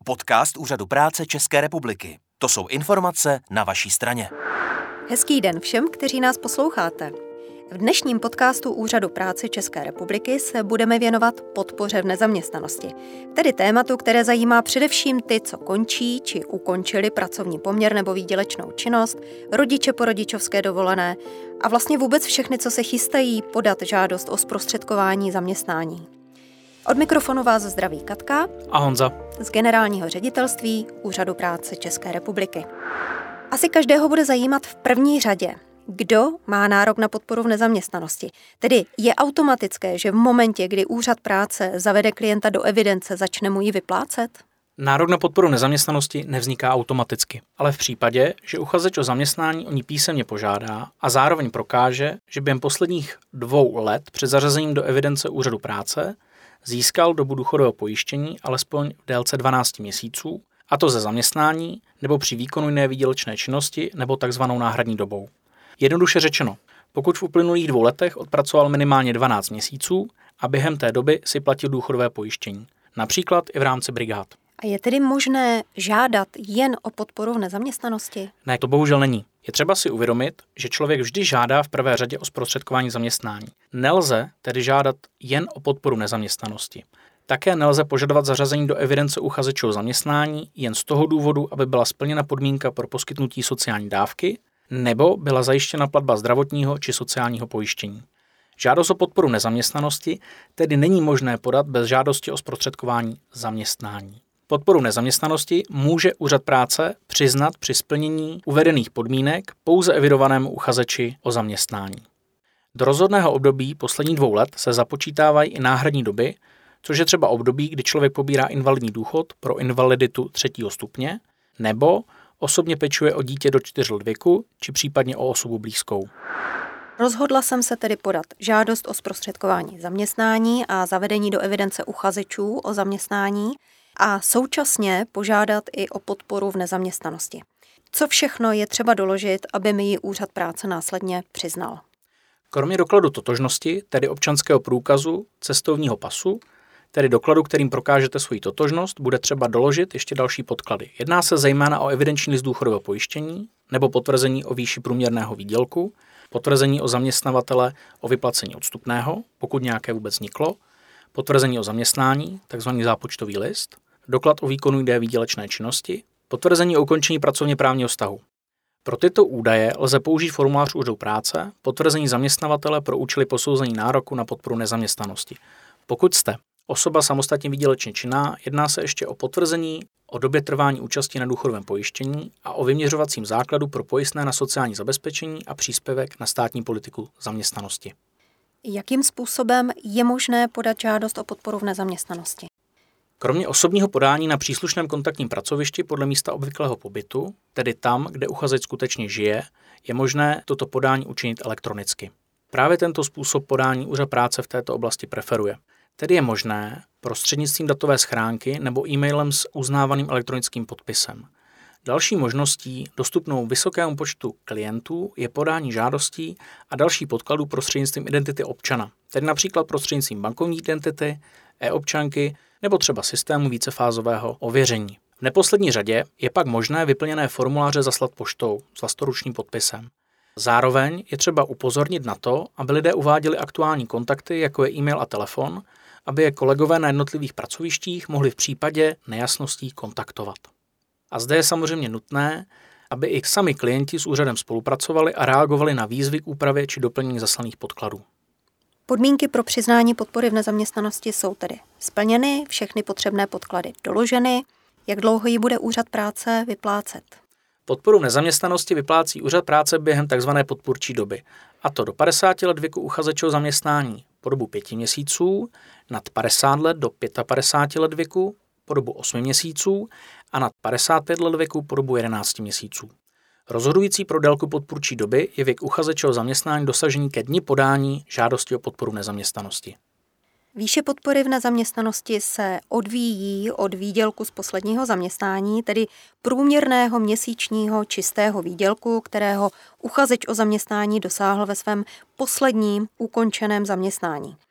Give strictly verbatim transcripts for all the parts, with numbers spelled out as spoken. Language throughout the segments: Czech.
Podcast Úřadu práce České republiky. To jsou informace na vaší straně. Hezký den všem, kteří nás posloucháte. V dnešním podcastu Úřadu práce České republiky se budeme věnovat podpoře v nezaměstnanosti, tedy tématu, které zajímá především ty, co končí či ukončili pracovní poměr nebo výdělečnou činnost, rodiče po rodičovské dovolené a vlastně vůbec všechny, co se chystají podat žádost o zprostředkování zaměstnání. Od mikrofonu vás zdraví Katka a Honza z Generálního ředitelství Úřadu práce České republiky. Asi každého bude zajímat v první řadě, kdo má nárok na podporu v nezaměstnanosti. Tedy je automatické, že v momentě, kdy úřad práce zavede klienta do evidence, začne mu ji vyplácet? Nárok na podporu nezaměstnanosti nevzniká automaticky, ale v případě, že uchazeč o zaměstnání o ní písemně požádá a zároveň prokáže, že během posledních dvou let před zařazením do evidence úřadu práce získal dobu důchodového pojištění alespoň v délce dvanáct měsíců, a to ze zaměstnání nebo při výkonu jiné výdělečné činnosti nebo takzvanou náhradní dobou. Jednoduše řečeno, pokud v uplynulých dvou letech odpracoval minimálně dvanáct měsíců a během té doby si platil důchodové pojištění, například i v rámci brigád. A je tedy možné žádat jen o podporu v nezaměstnanosti? Ne, to bohužel není. Je třeba si uvědomit, že člověk vždy žádá v prvé řadě o zprostředkování zaměstnání. Nelze tedy žádat jen o podporu nezaměstnanosti. Také nelze požadovat zařazení do evidence uchazečů o zaměstnání jen z toho důvodu, aby byla splněna podmínka pro poskytnutí sociální dávky nebo byla zajištěna platba zdravotního či sociálního pojištění. Žádost o podporu nezaměstnanosti tedy není možné podat bez žádosti o zprostředkování zaměstnání. Podporu nezaměstnanosti může úřad práce přiznat při splnění uvedených podmínek pouze evidovanému uchazeči o zaměstnání. Do rozhodného období posledních dvou let se započítávají i náhradní doby, což je třeba období, kdy člověk pobírá invalidní důchod pro invaliditu třetího stupně nebo osobně pečuje o dítě do čtyř let věku, či případně o osobu blízkou. Rozhodla jsem se tedy podat žádost o zprostředkování zaměstnání a zavedení do evidence uchazečů o zaměstnání a současně požádat i o podporu v nezaměstnanosti. Co všechno je třeba doložit, aby mi ji úřad práce následně přiznal? Kromě dokladu totožnosti, tedy občanského průkazu, cestovního pasu, tedy dokladu, kterým prokážete svoji totožnost, bude třeba doložit ještě další podklady. Jedná se zejména o evidenční list důchodového pojištění nebo potvrzení o výši průměrného výdělku, potvrzení o zaměstnavatele o vyplacení odstupného, pokud nějaké vůbec vzniklo, potvrzení o zaměstnání, takzvaný zápočtový list, doklad o výkonu jiné výdělečné činnosti, potvrzení o ukončení pracovně právního vztahu. Pro tyto údaje lze použít formulář úřadu práce, potvrzení zaměstnavatele pro účely posouzení nároku na podporu nezaměstnanosti. Pokud jste osoba samostatně výdělečně činná, jedná se ještě o potvrzení o době trvání účasti na důchodovém pojištění a o vyměřovacím základu pro pojistné na sociální zabezpečení a příspěvek na státní politiku zaměstnanosti. Jakým způsobem je možné podat žádost o podporu v nezaměstnanosti? Kromě osobního podání na příslušném kontaktním pracovišti podle místa obvyklého pobytu, tedy tam, kde uchazeč skutečně žije, je možné toto podání učinit elektronicky. Právě tento způsob podání úřad práce v této oblasti preferuje. Tedy je možné prostřednictvím datové schránky nebo e-mailem s uznávaným elektronickým podpisem. Další možností, dostupnou vysokému počtu klientů, je podání žádostí a další podkladů prostřednictvím identity občana, tedy například prostřednictvím bankovní identity, e-občanky nebo třeba systému vícefázového ověření. V neposlední řadě je pak možné vyplněné formuláře zaslat poštou s vlastoručním podpisem. Zároveň je třeba upozornit na to, aby lidé uváděli aktuální kontakty, jako je e-mail a telefon, aby je kolegové na jednotlivých pracovištích mohli v případě nejasností kontaktovat. A zde je samozřejmě nutné, aby i sami klienti s úřadem spolupracovali a reagovali na výzvy k úpravě či doplnění zaslaných podkladů. Podmínky pro přiznání podpory v nezaměstnanosti jsou tedy splněny, všechny potřebné podklady doloženy. Jak dlouho ji bude úřad práce vyplácet? Podporu v nezaměstnanosti vyplácí úřad práce během tzv. Podpůrčí doby, a to do padesáti let věku uchazeče o zaměstnání po dobu pěti měsíců, nad padesát let do padesáti pěti let věku po dobu osmi měsíců a nad padesát pět let věku po dobu jedenácti měsíců. Rozhodující pro délku podpůrčí doby je věk uchazeče o zaměstnání dosažený ke dni podání žádosti o podporu v nezaměstnanosti. Výše podpory v nezaměstnanosti se odvíjí od výdělku z posledního zaměstnání, tedy průměrného měsíčního čistého výdělku, kterého uchazeč o zaměstnání dosáhl ve svém posledním ukončeném zaměstnání.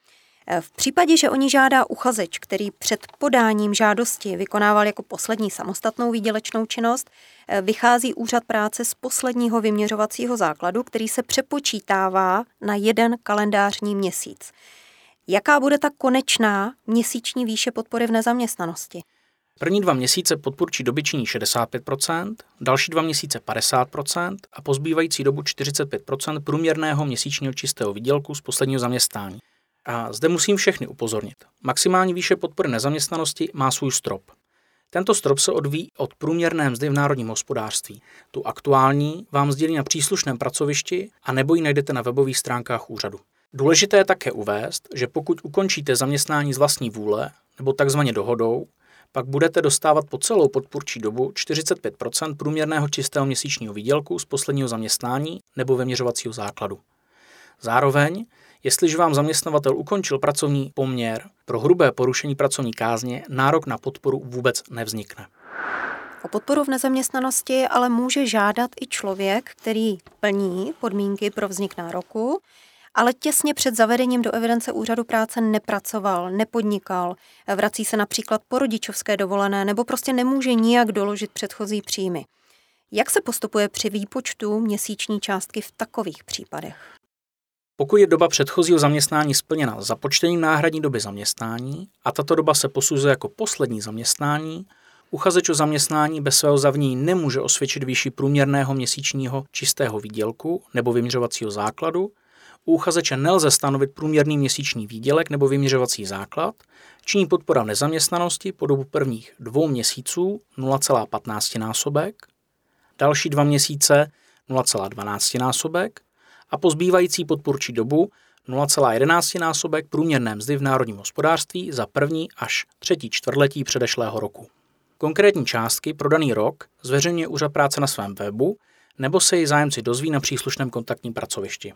V případě, že o ní žádá uchazeč, který před podáním žádosti vykonával jako poslední samostatnou výdělečnou činnost, vychází úřad práce z posledního vyměřovacího základu, který se přepočítává na jeden kalendářní měsíc. Jaká bude ta konečná měsíční výše podpory v nezaměstnanosti? První dva měsíce podpůrčí doby činí šedesát pět procent, další dva měsíce padesát procent a pozbývající dobu čtyřicet pět procent průměrného měsíčního čistého výdělku z posledního zaměstnání. A zde musím všechny upozornit. Maximální výše podpory nezaměstnanosti má svůj strop. Tento strop se odvíjí od průměrné mzdy v národním hospodářství. Tu aktuální vám sdělí na příslušném pracovišti a nebo ji najdete na webových stránkách úřadu. Důležité je také uvést, že pokud ukončíte zaměstnání z vlastní vůle nebo takzvaně dohodou, pak budete dostávat po celou podpůrčí dobu čtyřicet pět procent průměrného čistého měsíčního výdělku z posledního zaměstnání nebo vyměřovacího základu. Zároveň, jestliže vám zaměstnavatel ukončil pracovní poměr, pro hrubé porušení pracovní kázně nárok na podporu vůbec nevznikne. O podporu v nezaměstnanosti ale může žádat i člověk, který plní podmínky pro vznik nároku, ale těsně před zavedením do evidence úřadu práce nepracoval, nepodnikal, vrací se například po rodičovské dovolené nebo prostě nemůže nijak doložit předchozí příjmy. Jak se postupuje při výpočtu měsíční částky v takových případech? Pokud je doba předchozího zaměstnání splněna započtením náhradní doby zaměstnání a tato doba se posuzuje jako poslední zaměstnání, uchazeč o zaměstnání bez svého zavinění nemůže osvědčit výši průměrného měsíčního čistého výdělku nebo vyměřovacího základu. U uchazeče nelze stanovit průměrný měsíční výdělek nebo vyměřovací základ, činí podpora v nezaměstnanosti po dobu prvních dvou měsíců nula celá patnáct násobek, další dva měsíce nula celá dvanáct násobek a po zbývající podpůrčí dobu nula celá jedenáct násobek průměrné mzdy v národním hospodářství za první až třetí čtvrtletí předešlého roku. Konkrétní částky pro daný rok zveřejňuje úřad práce na svém webu nebo se jej zájemci dozví na příslušném kontaktním pracovišti.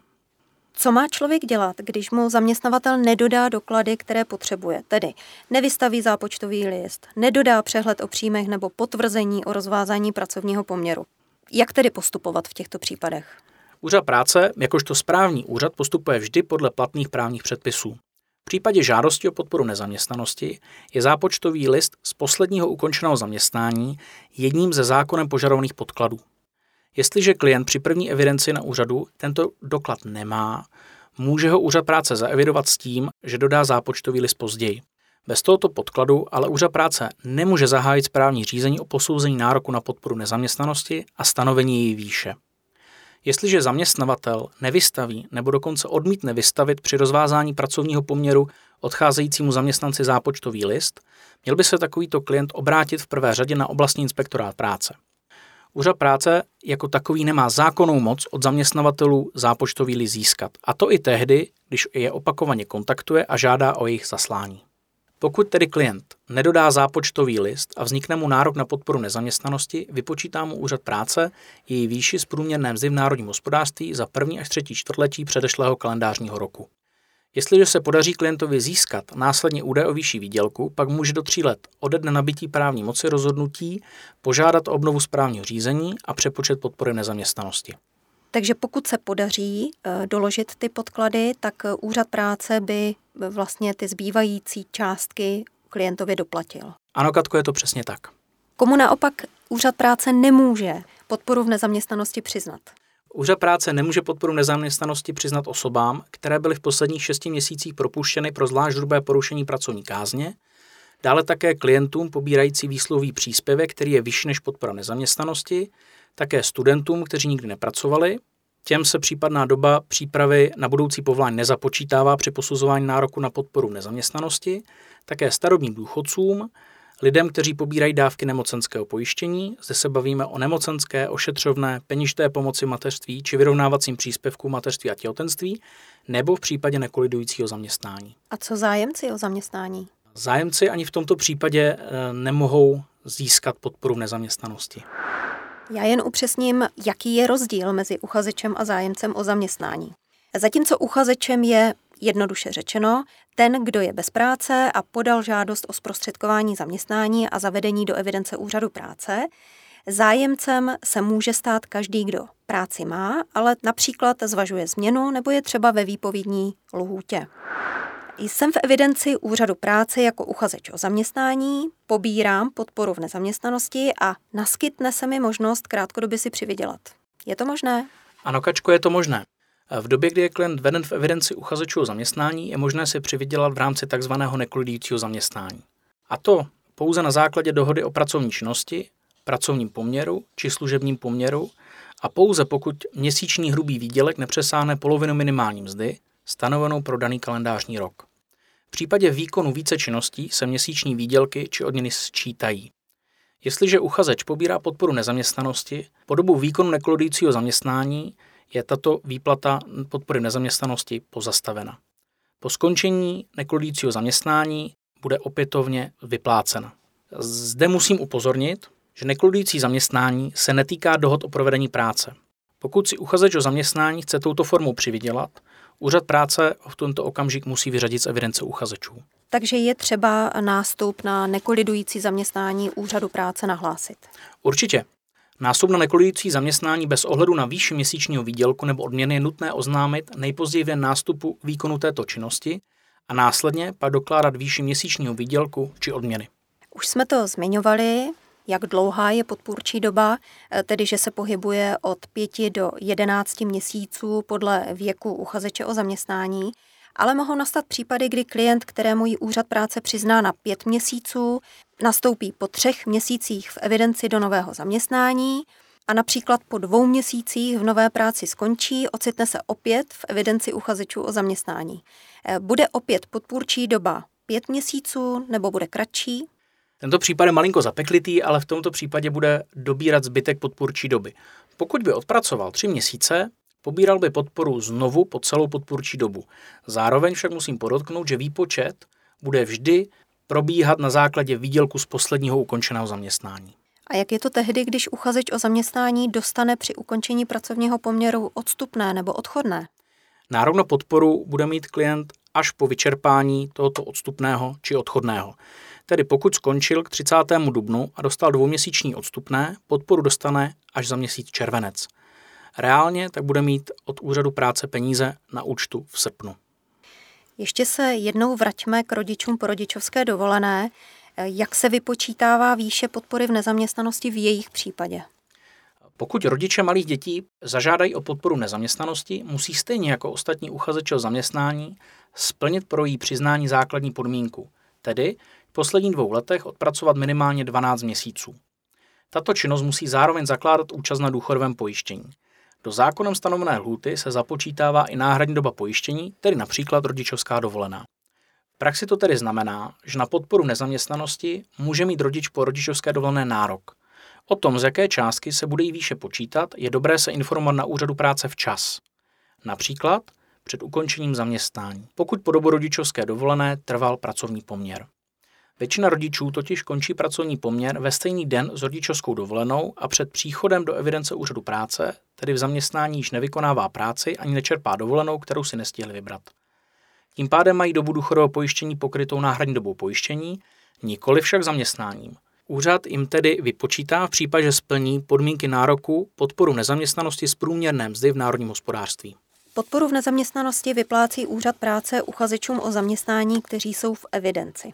Co má člověk dělat, když mu zaměstnavatel nedodá doklady, které potřebuje, tedy nevystaví zápočtový list, nedodá přehled o příjmech nebo potvrzení o rozvázání pracovního poměru? Jak tedy postupovat v těchto případech? Úřad práce, jakožto správní úřad, postupuje vždy podle platných právních předpisů. V případě žádosti o podporu nezaměstnanosti je zápočtový list z posledního ukončeného zaměstnání jedním ze zákonem požadovaných podkladů. Jestliže klient při první evidenci na úřadu tento doklad nemá, může ho úřad práce zaevidovat s tím, že dodá zápočtový list později. Bez tohoto podkladu ale úřad práce nemůže zahájit správní řízení o posouzení nároku na podporu nezaměstnanosti a stanovení její výše. Jestliže zaměstnavatel nevystaví nebo dokonce odmítne vystavit při rozvázání pracovního poměru odcházejícímu zaměstnanci zápočtový list, měl by se takovýto klient obrátit v prvé řadě na oblastní inspektorát práce. Úřad práce jako takový nemá zákonnou moc od zaměstnavatelů zápočtový list získat, a to i tehdy, když je opakovaně kontaktuje a žádá o jejich zaslání. Pokud tedy klient nedodá zápočtový list a vznikne mu nárok na podporu nezaměstnanosti, vypočítá mu úřad práce její výši z průměrné mzdy v národním hospodářství za první až třetí čtvrtletí předešlého kalendářního roku. Jestliže se podaří klientovi získat následně údaj o výši výdělku, pak může do tří let ode dne nabití právní moci rozhodnutí požádat o obnovu správního řízení a přepočet podpory nezaměstnanosti. Takže pokud se podaří doložit ty podklady, tak úřad práce by vlastně ty zbývající částky klientovi doplatil. Ano, Katko, je to přesně tak. Komu naopak úřad práce nemůže podporu v nezaměstnanosti přiznat? Úřad práce nemůže podporu nezaměstnanosti přiznat osobám, které byly v posledních šesti měsících propuštěny pro zvlášť hrubé porušení pracovní kázně, dále také klientům pobírající výsluhový příspěvek, který je vyšší než podpora nezaměstnanosti, také studentům, kteří nikdy nepracovali. Těm se případná doba přípravy na budoucí povolání nezapočítává při posuzování nároku na podporu nezaměstnanosti, také starobním důchodcům, lidem, kteří pobírají dávky nemocenského pojištění, zde se bavíme o nemocenské, ošetřovné, peněžité pomoci v mateřství či vyrovnávacím příspěvku mateřství a těhotenství, nebo v případě nekolidujícího zaměstnání. A co zájemci o zaměstnání? Zájemci ani v tomto případě nemohou získat podporu v nezaměstnanosti. Já jen upřesním, jaký je rozdíl mezi uchazečem a zájemcem o zaměstnání. Zatímco uchazečem je, jednoduše řečeno, ten, kdo je bez práce a podal žádost o zprostředkování zaměstnání a zavedení do evidence úřadu práce, zájemcem se může stát každý, kdo práci má, ale například zvažuje změnu nebo je třeba ve výpovědní lhůtě. Jsem v evidenci úřadu práce jako uchazeč o zaměstnání, pobírám podporu v nezaměstnanosti a naskytne se mi možnost krátkodobě si přivydělat. Je to možné? Ano, Kačko, je to možné. V době, kdy je klient veden v evidenci uchazečů o zaměstnání, je možné si přivydělat v rámci tzv. Nekolidujícího zaměstnání. A to pouze na základě dohody o pracovní činnosti, pracovním poměru či služebním poměru a pouze pokud měsíční hrubý výdělek nepřesáhne polovinu minimální mzdy, stanovenou pro daný kalendářní rok. V případě výkonu více činností se měsíční výdělky či odměny sčítají. Jestliže uchazeč pobírá podporu nezaměstnanosti, po dobu výkonu nekolidujícího zaměstnání je tato výplata podpory nezaměstnanosti pozastavena. Po skončení nekolidujícího zaměstnání bude opětovně vyplácena. Zde musím upozornit, že nekolidující zaměstnání se netýká dohod o provedení práce. Pokud si uchazeč o zaměstnání chce touto formou přivydělat, úřad práce v tento okamžik musí vyřadit z evidence uchazečů. Takže je třeba nástup na nekolidující zaměstnání úřadu práce nahlásit. Určitě. Nástup na nekolidující zaměstnání bez ohledu na výši měsíčního výdělku nebo odměny je nutné oznámit nejpozději v den nástupu výkonu této činnosti a následně pak dokládat výši měsíčního výdělku či odměny. Už jsme to zmiňovali, jak dlouhá je podpůrčí doba, tedy že se pohybuje od pěti do jedenácti měsíců podle věku uchazeče o zaměstnání, ale mohou nastat případy, kdy klient, kterému ji úřad práce přizná na pět měsíců, nastoupí po třech měsících v evidenci do nového zaměstnání a například po dvou měsících v nové práci skončí, ocitne se opět v evidenci uchazečů o zaměstnání. Bude opět podpůrčí doba pět měsíců nebo bude kratší? Tento případ je malinko zapeklitý, ale v tomto případě bude dobírat zbytek podpůrčí doby. Pokud by odpracoval tři měsíce, pobíral by podporu znovu po celou podpůrčí dobu. Zároveň však musím podotknout, že výpočet bude vždy probíhat na základě výdělku z posledního ukončeného zaměstnání. A jak je to tehdy, když uchazeč o zaměstnání dostane při ukončení pracovního poměru odstupné nebo odchodné? Nárok na podporu bude mít klient až po vyčerpání tohoto odstupného či odchodného. Tedy pokud skončil k třicátému dubnu a dostal dvouměsíční odstupné, podporu dostane až za měsíc červenec. Reálně tak bude mít od úřadu práce peníze na účtu v srpnu. Ještě se jednou vraťme k rodičům po rodičovské dovolené. Jak se vypočítává výše podpory v nezaměstnanosti v jejich případě? Pokud rodiče malých dětí zažádají o podporu v nezaměstnanosti, musí stejně jako ostatní uchazeči o zaměstnání splnit pro její přiznání základní podmínku, tedy v posledních dvou letech odpracovat minimálně dvanáct měsíců. Tato činnost musí zároveň zakládat účast na důchodovém pojištění. Do zákonem stanovené lhůty se započítává i náhradní doba pojištění, tedy například rodičovská dovolená. V praxi to tedy znamená, že na podporu nezaměstnanosti může mít rodič po rodičovské dovolené nárok. O tom, z jaké částky se bude jí výše počítat, je dobré se informovat na úřadu práce včas. Například před ukončením zaměstnání, pokud po dobu rodičovské dovolené trval pracovní poměr. Většina rodičů totiž končí pracovní poměr ve stejný den s rodičovskou dovolenou a před příchodem do evidence úřadu práce, tedy v zaměstnání již nevykonává práci ani nečerpá dovolenou, kterou si nestihli vybrat. Tím pádem mají dobu důchodového pojištění pokrytou náhradní dobou pojištění, nikoli však zaměstnáním. Úřad jim tedy vypočítá v případě, že splní podmínky nároku podporu nezaměstnanosti z průměrné mzdy v národním hospodářství. Podporu v nezaměstnanosti vyplácí úřad práce uchazečům o zaměstnání, kteří jsou v evidenci.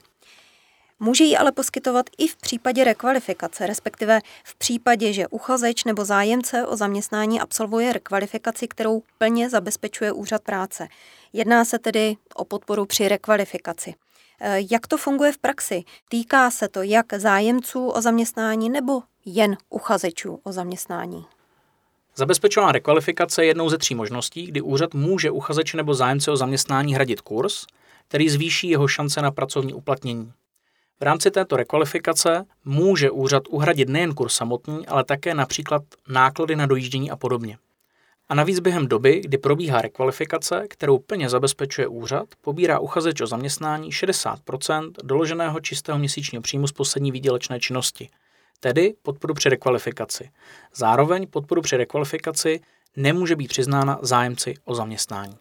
Může ji ale poskytovat i v případě rekvalifikace, respektive v případě, že uchazeč nebo zájemce o zaměstnání absolvuje rekvalifikaci, kterou plně zabezpečuje úřad práce. Jedná se tedy o podporu při rekvalifikaci. Jak to funguje v praxi? Týká se to jak zájemců o zaměstnání nebo jen uchazečů o zaměstnání? Zabezpečovaná rekvalifikace je jednou ze tří možností, kdy úřad může uchazeči nebo zájemce o zaměstnání hradit kurz, který zvýší jeho šance na pracovní uplatnění. V rámci této rekvalifikace může úřad uhradit nejen kurz samotný, ale také například náklady na dojíždění a podobně. A navíc během doby, kdy probíhá rekvalifikace, kterou plně zabezpečuje úřad, pobírá uchazeč o zaměstnání šedesát procent doloženého čistého měsíčního příjmu z poslední výdělečné činnosti, tedy podporu při rekvalifikaci. Zároveň podporu při rekvalifikaci nemůže být přiznána zájemci o zaměstnání.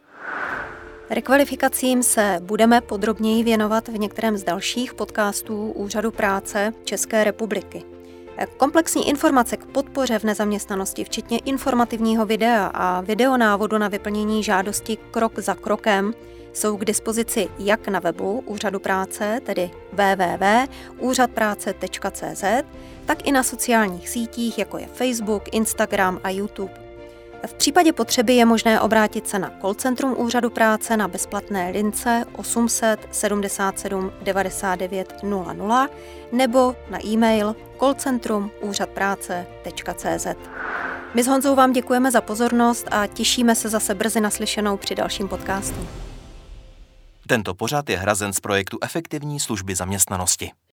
Rekvalifikacím se budeme podrobněji věnovat v některém z dalších podcastů Úřadu práce České republiky. Komplexní informace k podpoře v nezaměstnanosti, včetně informativního videa a videonávodu na vyplnění žádosti krok za krokem, Jsou k dispozici jak na webu Úřadu práce, tedy w w w tečka úřad práce tečka c z, tak i na sociálních sítích, jako je Facebook, Instagram a YouTube. V případě potřeby je možné obrátit se na call centrum Úřadu práce na bezplatné lince osm set sedmdesát sedm devadesát devět nula nula nebo na e-mail callcentrum úřad práce tečka c z. My s Honzou vám děkujeme za pozornost a těšíme se zase brzy naslyšenou při dalším podcastu. Tento pořad je hrazen z projektu Efektivní služby zaměstnanosti.